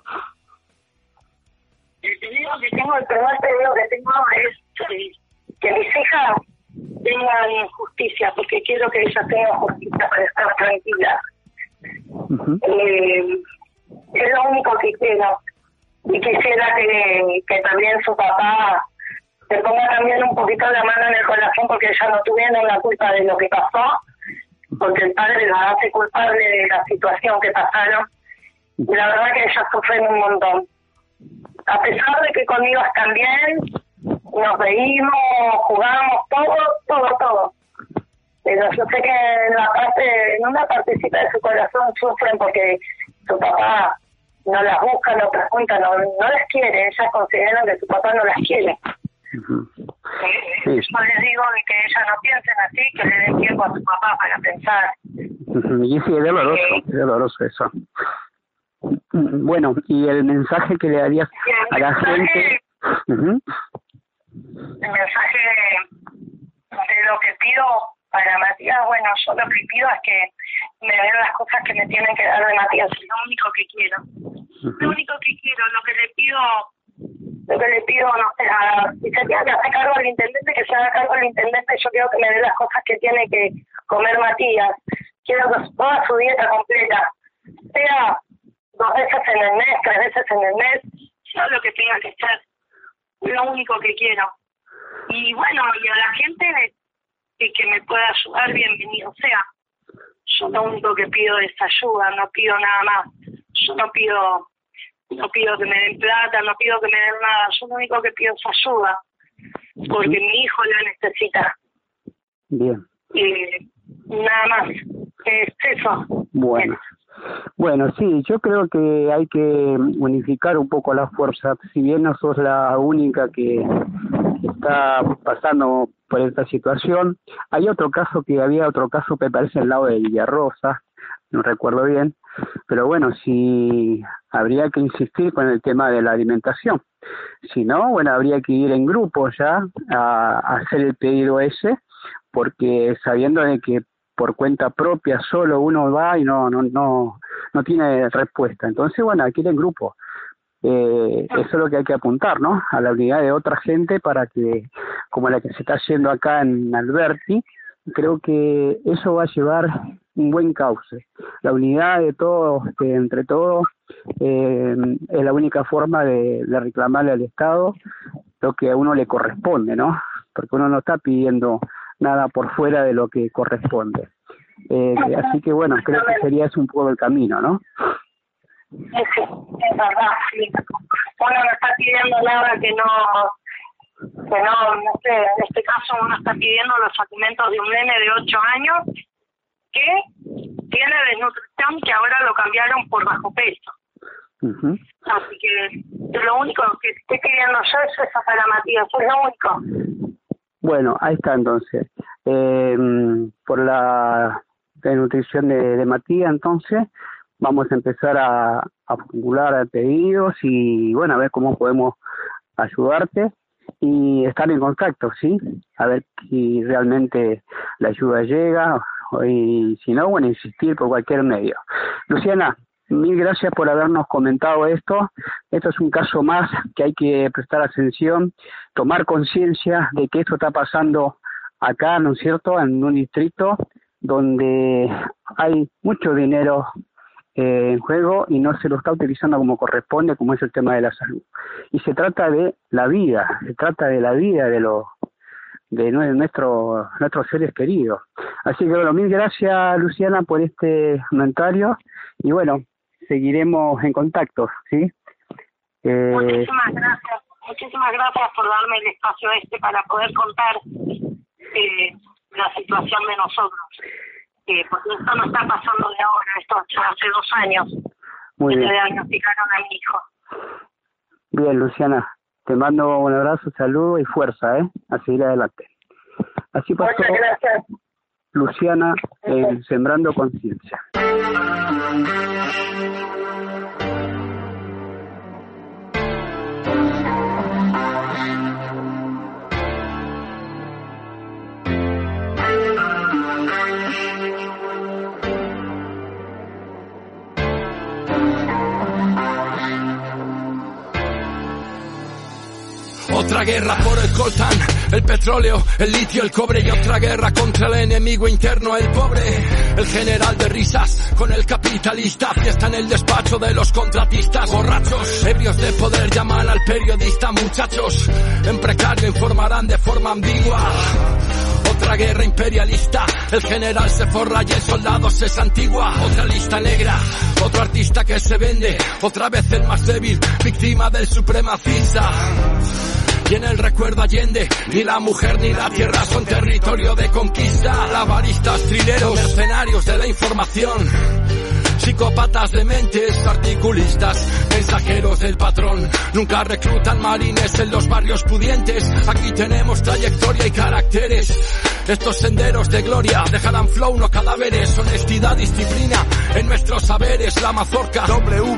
El primer pedido que tengo es que mis hijas tengan justicia, porque quiero que ellas tengan justicia para estar tranquilas. Uh-huh. Es lo único que quiero. Y quisiera que también su papá se ponga también un poquito la mano en el corazón, porque ellas no tuvieron la culpa de lo que pasó, porque el padre las hace culpable de la situación que pasaron. Y la verdad que ellas sufren un montón. A pesar de que conmigo están bien, nos reímos, jugamos, todo. Pero yo sé que en una partecita de su corazón sufren porque su papá no las busca, no pregunta, no las quiere, ellas consideran que su papá no las quiere. Uh-huh. Yo les digo de que ellas no piensen así, que le den tiempo a su papá para pensar. Uh-huh. Y sí, es doloroso eso. Bueno, y el mensaje que le darías a la gente. Uh-huh. El mensaje de lo que pido para Matías, bueno, yo lo que pido es que me den las cosas que me tienen que dar de Matías, es lo único que quiero. Uh-huh. Lo único que quiero, lo que le pido, no sé, si se tiene que hacer cargo al intendente, que se haga cargo al intendente. Yo quiero que me dé las cosas que tiene que comer Matías. Quiero que toda su dieta completa, sea 2 veces en el mes, 3 veces en el mes, sea lo que tenga que ser. Es lo único que quiero. Y bueno, y a la gente que me pueda ayudar, bienvenido sea. Yo lo único que pido es ayuda, no pido nada más. Yo no pido que me den plata, no pido que me den nada. Yo lo único que pido es ayuda, porque mi hijo la necesita. Bien. Nada más. Es eso. Bueno, sí, yo creo que hay que unificar un poco las fuerzas. Si bien no sos la única que está pasando por esta situación, había otro caso que me parece al lado de Villarrosa, no recuerdo bien, pero bueno, sí habría que insistir con el tema de la alimentación. Si no, bueno, habría que ir en grupo ya a hacer el pedido ese, porque sabiendo de que por cuenta propia solo uno va y no tiene respuesta. Entonces, bueno, hay que ir en grupo. Eso es lo que hay que apuntar, ¿no? A la unidad de otra gente para que, como la que se está haciendo acá en Alberti, creo que eso va a llevar un buen cauce. La unidad de todos, entre todos, es la única forma de reclamarle al Estado lo que a uno le corresponde, ¿no? Porque uno no está pidiendo nada por fuera de lo que corresponde. Así que bueno, creo que sería ese un poco el camino, ¿no? Sí, es verdad, sí. Uno no está pidiendo nada que no sé, en este caso uno está pidiendo los alimentos de un nene de 8 años que tiene desnutrición, que ahora lo cambiaron por bajo peso. Uh-huh. Así que lo único que estoy pidiendo yo es eso para Matías, es lo único. Bueno, ahí está entonces. Por la nutrición de Matías, entonces, vamos a empezar a formular pedidos y, bueno, a ver cómo podemos ayudarte y estar en contacto, ¿sí? A ver si realmente la ayuda llega y si no, bueno, insistir por cualquier medio. Luciana, mil gracias por habernos comentado esto. Esto es un caso más que hay que prestar atención, tomar conciencia de que esto está pasando acá, ¿no es cierto?, en un distrito donde hay mucho dinero en juego y no se lo está utilizando como corresponde, como es el tema de la salud. Y se trata de la vida, de nuestros seres queridos. Así que bueno, mil gracias, Luciana, por este comentario y bueno, seguiremos en contacto, ¿sí? Muchísimas gracias por darme el espacio para poder contar la situación de nosotros, porque esto no está pasando de ahora, esto hace 2 años Muy que bien. le diagnosticaron a mi hijo. Bien, Luciana, te mando un abrazo, saludo y fuerza, a seguir adelante. Así pasó Muchas gracias. Luciana en Sembrando Conciencia. Otra guerra por el coltán, el petróleo, el litio, el cobre y otra guerra contra el enemigo interno, el pobre. El general de risas con el capitalista, fiesta en el despacho de los contratistas. Borrachos, ebrios de poder llaman al periodista. Muchachos, en precario informarán de forma ambigua. Otra guerra imperialista, el general se forra y el soldado se santigua. Otra lista negra, otro artista que se vende, otra vez el más débil, víctima del supremacista. Y en el recuerdo Allende, ni la mujer ni la tierra son territorio de conquista. Lavaristas, trileros, mercenarios de la información psicópatas de mentes articulistas, mensajeros del patrón, nunca reclutan marines en los barrios pudientes. Aquí tenemos trayectoria y caracteres, estos senderos de gloria dejarán flow, no cadáveres. Honestidad, disciplina en nuestros saberes. La mazorca,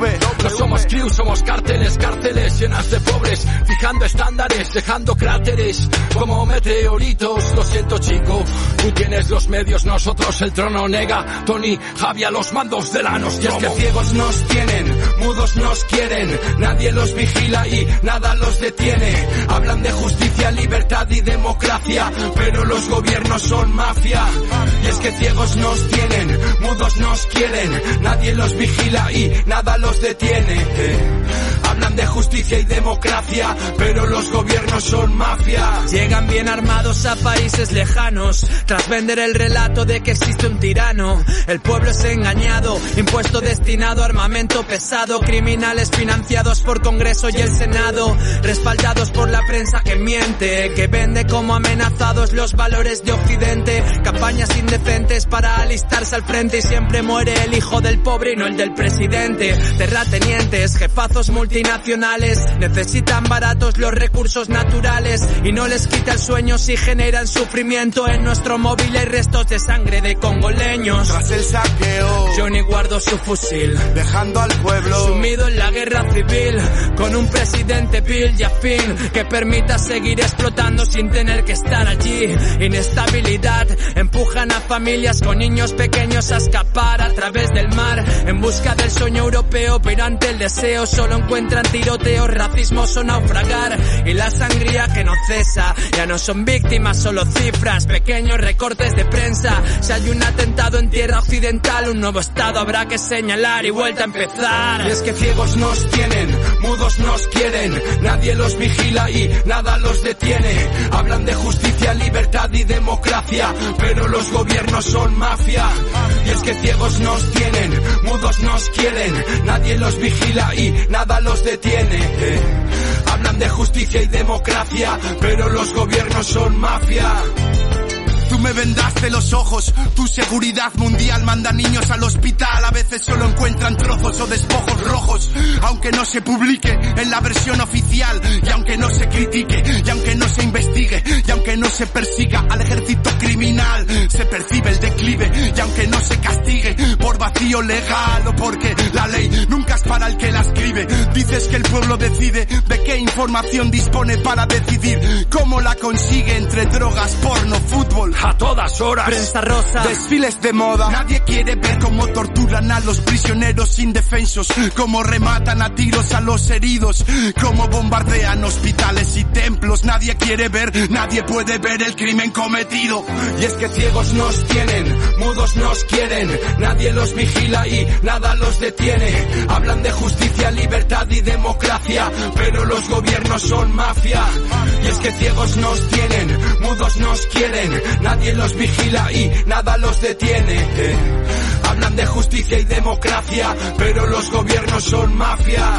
no somos crew, somos cárteles, cárceles llenas de pobres, fijando estándares, dejando cráteres como meteoritos. Lo siento chico, tú tienes los medios, nosotros el trono. Nega Tony, Javi a los mandos de la nos. Y es que ciegos nos tienen, mudos nos quieren, nadie los vigila y nada los detiene. Hablan de justicia, libertad y democracia, pero los gobiernos son mafia. Y es que ciegos nos tienen, mudos nos quieren, nadie los vigila y nada los detiene. Hablan de justicia y democracia, pero los gobiernos son mafia. Llegan bien armados a países lejanos, tras vender el relato de que existe un tirano. El pueblo es engañado, impuesto destinado a armamento pesado, criminales financiados por Congreso y el Senado, respaldados por la prensa que miente, que vende como amenazados los valores de Occidente. Campañas indecentes para alistarse al frente y siempre muere el hijo del pobre y no el del presidente. Terratenientes, jefazos multinacionales, necesitan baratos los recursos naturales y no les quita el sueño si generan sufrimiento. En nuestro móvil hay restos de sangre de congoleños. Tras el saqueo, Johnny guardó su fusil, dejando al pueblo sumido en la guerra civil, con un presidente vil y afín que permita seguir explotando sin tener que estar allí. Inestabilidad, empujan a familias con niños pequeños a escapar a través del mar en busca del sueño europeo, pero ante el deseo solo encuentran tiroteos, racismos o naufragar. Y la sangría que no cesa, ya no son víctimas, solo cifras, pequeños recortes de prensa. Si hay un atentado en tierra occidental, un nuevo estado habrá que señalar y vuelta a empezar. Y es que ciegos nos tienen, mudos nos quieren, nadie los vigila y nada los detiene. Hablan de justicia, libertad y democracia, pero los gobiernos son mafia. Y es que ciegos nos tienen, mudos nos quieren, nadie los vigila y nada los detiene. Hablan de justicia y democracia, pero los gobiernos son mafia. Tú me vendaste los ojos, tu seguridad mundial manda niños al hospital. A veces solo encuentran trozos o despojos rojos, aunque no se publique en la versión oficial. Y aunque no se critique, y aunque no se investigue, y aunque no se persiga al ejército criminal, se percibe el declive. Y aunque no se castigue por vacío legal o porque la ley nunca es para el que la escribe. Dices que el pueblo decide de qué información dispone para decidir cómo la consigue entre drogas, porno, fútbol. A todas horas, prensa rosa, desfiles de moda. Nadie quiere ver cómo torturan a los prisioneros indefensos, cómo rematan a tiros a los heridos, cómo bombardean hospitales y templos. Nadie quiere ver, nadie puede ver el crimen cometido. Y es que ciegos nos tienen, mudos nos quieren, nadie los vigila y nada los detiene. Hablan de justicia, libertad y democracia, pero los gobiernos son mafia. Y es que ciegos nos tienen, mudos nos quieren, nadie los vigila y nada los detiene. Hablan de justicia y democracia, pero los gobiernos son mafia.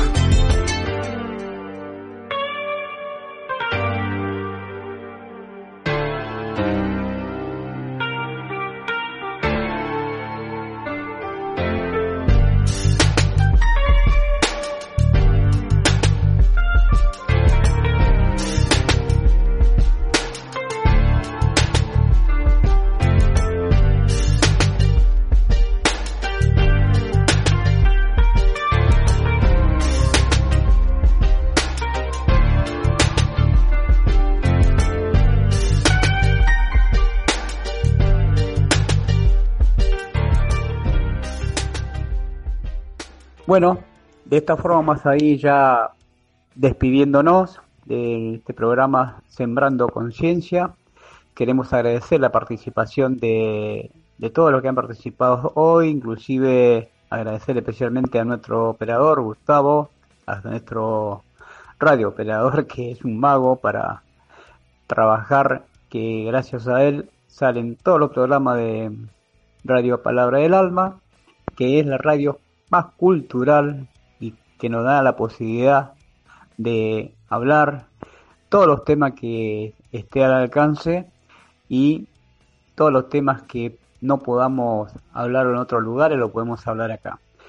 Bueno, de esta forma vamos a ir ya despidiéndonos de este programa Sembrando Conciencia. Queremos agradecer la participación de todos los que han participado hoy, inclusive agradecer especialmente a nuestro operador Gustavo, a nuestro radio operador que es un mago para trabajar, que gracias a él salen todos los programas de Radio Palabra del Alma, que es la radio más cultural y que nos da la posibilidad de hablar todos los temas que esté al alcance y todos los temas que no podamos hablar en otros lugares lo podemos hablar acá.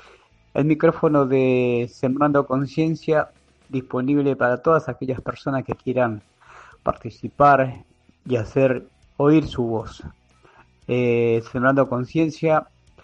El micrófono de Sembrando Conciencia disponible para todas aquellas personas que quieran participar y hacer oír su voz. Sembrando Conciencia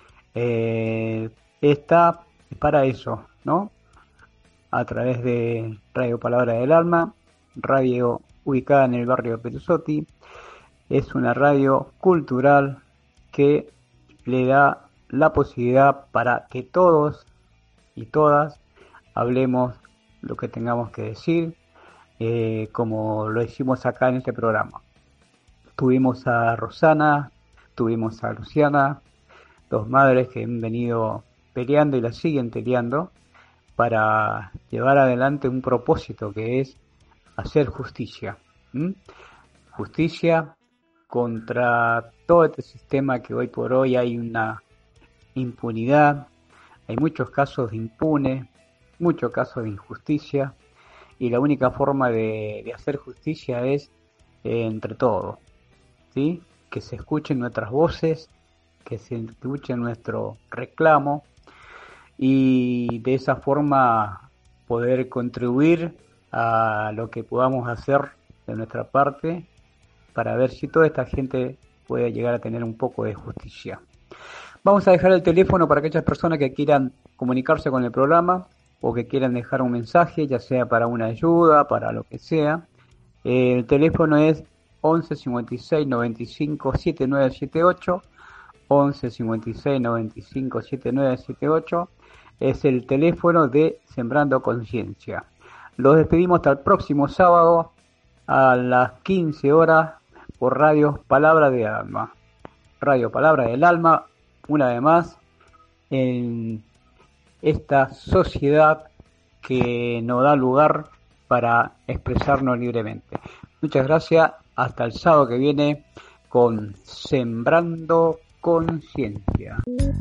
está para eso, ¿no? A través de Radio Palabra del Alma, radio ubicada en el barrio Perusotti. Es una radio cultural que le da la posibilidad para que todos y todas hablemos lo que tengamos que decir, como lo hicimos acá en este programa. Tuvimos a Rosana, tuvimos a Luciana, dos madres que han venido peleando y la siguen peleando para llevar adelante un propósito que es hacer justicia. Justicia contra todo este sistema que hoy por hoy hay una impunidad, hay muchos casos de impune, muchos casos de injusticia, y la única forma de hacer justicia es entre todos, ¿sí? Que se escuchen nuestras voces, que se escuche nuestro reclamo, y de esa forma poder contribuir a lo que podamos hacer de nuestra parte para ver si toda esta gente puede llegar a tener un poco de justicia. Vamos a dejar el teléfono para aquellas personas que quieran comunicarse con el programa o que quieran dejar un mensaje, ya sea para una ayuda, para lo que sea. El teléfono es 11 56 95 7978, 11 56 95 7978. Es el teléfono de Sembrando Conciencia. Los despedimos hasta el próximo sábado a las 15 horas por Radio Palabra del Alma. Radio Palabra del Alma, una vez más, en esta sociedad que nos da lugar para expresarnos libremente. Muchas gracias. Hasta el sábado que viene con Sembrando Conciencia.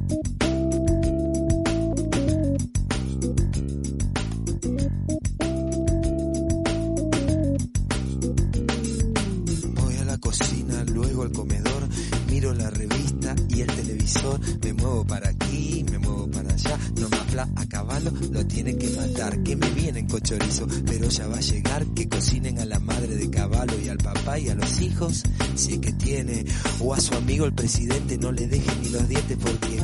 Luego al comedor, miro la revista y el televisor, me muevo para aquí, me muevo para allá, no me habla a caballo, lo tienen que matar, que me vienen con chorizo, pero ya va a llegar, que cocinen a la madre de caballo y al papá y a los hijos, si es que tiene, o a su amigo el presidente, no le dejen ni los dientes porque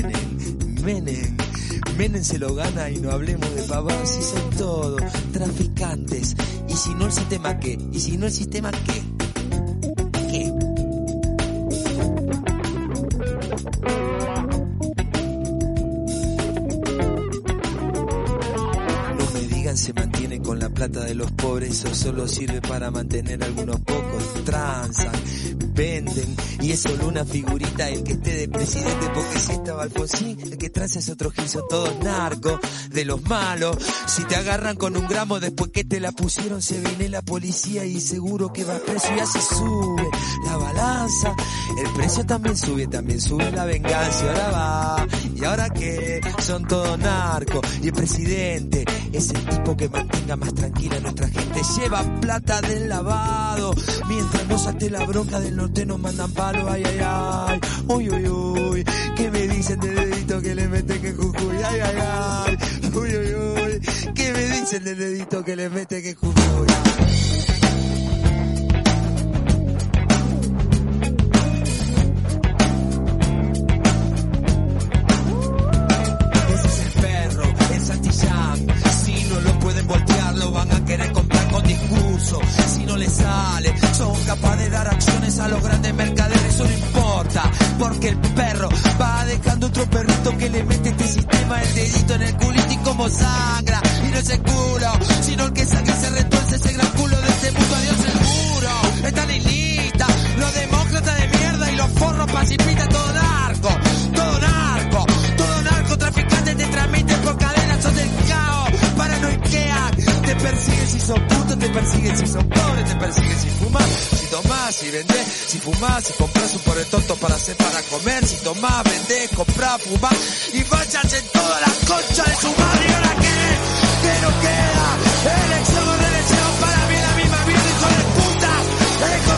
Menem se lo gana y no hablemos de pavadas, si son todos traficantes, y si no el sistema ¿qué? ¿Y si no el sistema qué? ¿Qué? No me digan se mantienen con la plata de los pobres, eso solo sirve para mantener a algunos pocos, transan, venden, y es solo una figurita el que esté de presidente, porque si estaba Alfonsín, el que transa es otro gil, son todos narcos, de los malos, si te agarran con un gramo después que te la pusieron, se viene la policía y seguro que va preso, y así sube la balanza, el precio también sube la venganza, y ahora va, y ahora qué, son todos narcos, y el presidente es el tipo que mantenga más tranquila a nuestra gente, lleva plata del lavado, mientras no salte la bronca del norte nos mandan palo, ay, ay, ay, uy, uy, uy, ¿qué me dicen de dedito que le mete que Jujuy, ay, ay, ay, uy, uy, uy, ¿qué me dicen de dedito que le mete que Jujuy? Ese es el perro, el Santillán, si no lo pueden voltear lo van a querer comprar con discurso, si no les sale, son capaces de dar acciones a los grandes mercaderes, eso no importa, porque el perro va dejando otro perrito que le mete este sistema el dedito en el culito y como sangra, y no es el culo, sino el que sangra y se retuerce ese gran culo de este mundo, adiós seguro, están en lista, los demócratas de mierda y los forros pacifistas, todo narco, traficantes te transmiten por cadenas, son del caos, paranoiquean, te persiguen si son putos, te persiguen si son pobres, te persiguen si fumas, si tomás, si vendés, si fumás, si compras un pobre tonto para hacer para comer, si tomás, vendés, comprás, fumás, y váyanse en toda la concha de su madre, y ahora que no queda, elección o reelección, para mí la misma mierda, hijo de puta,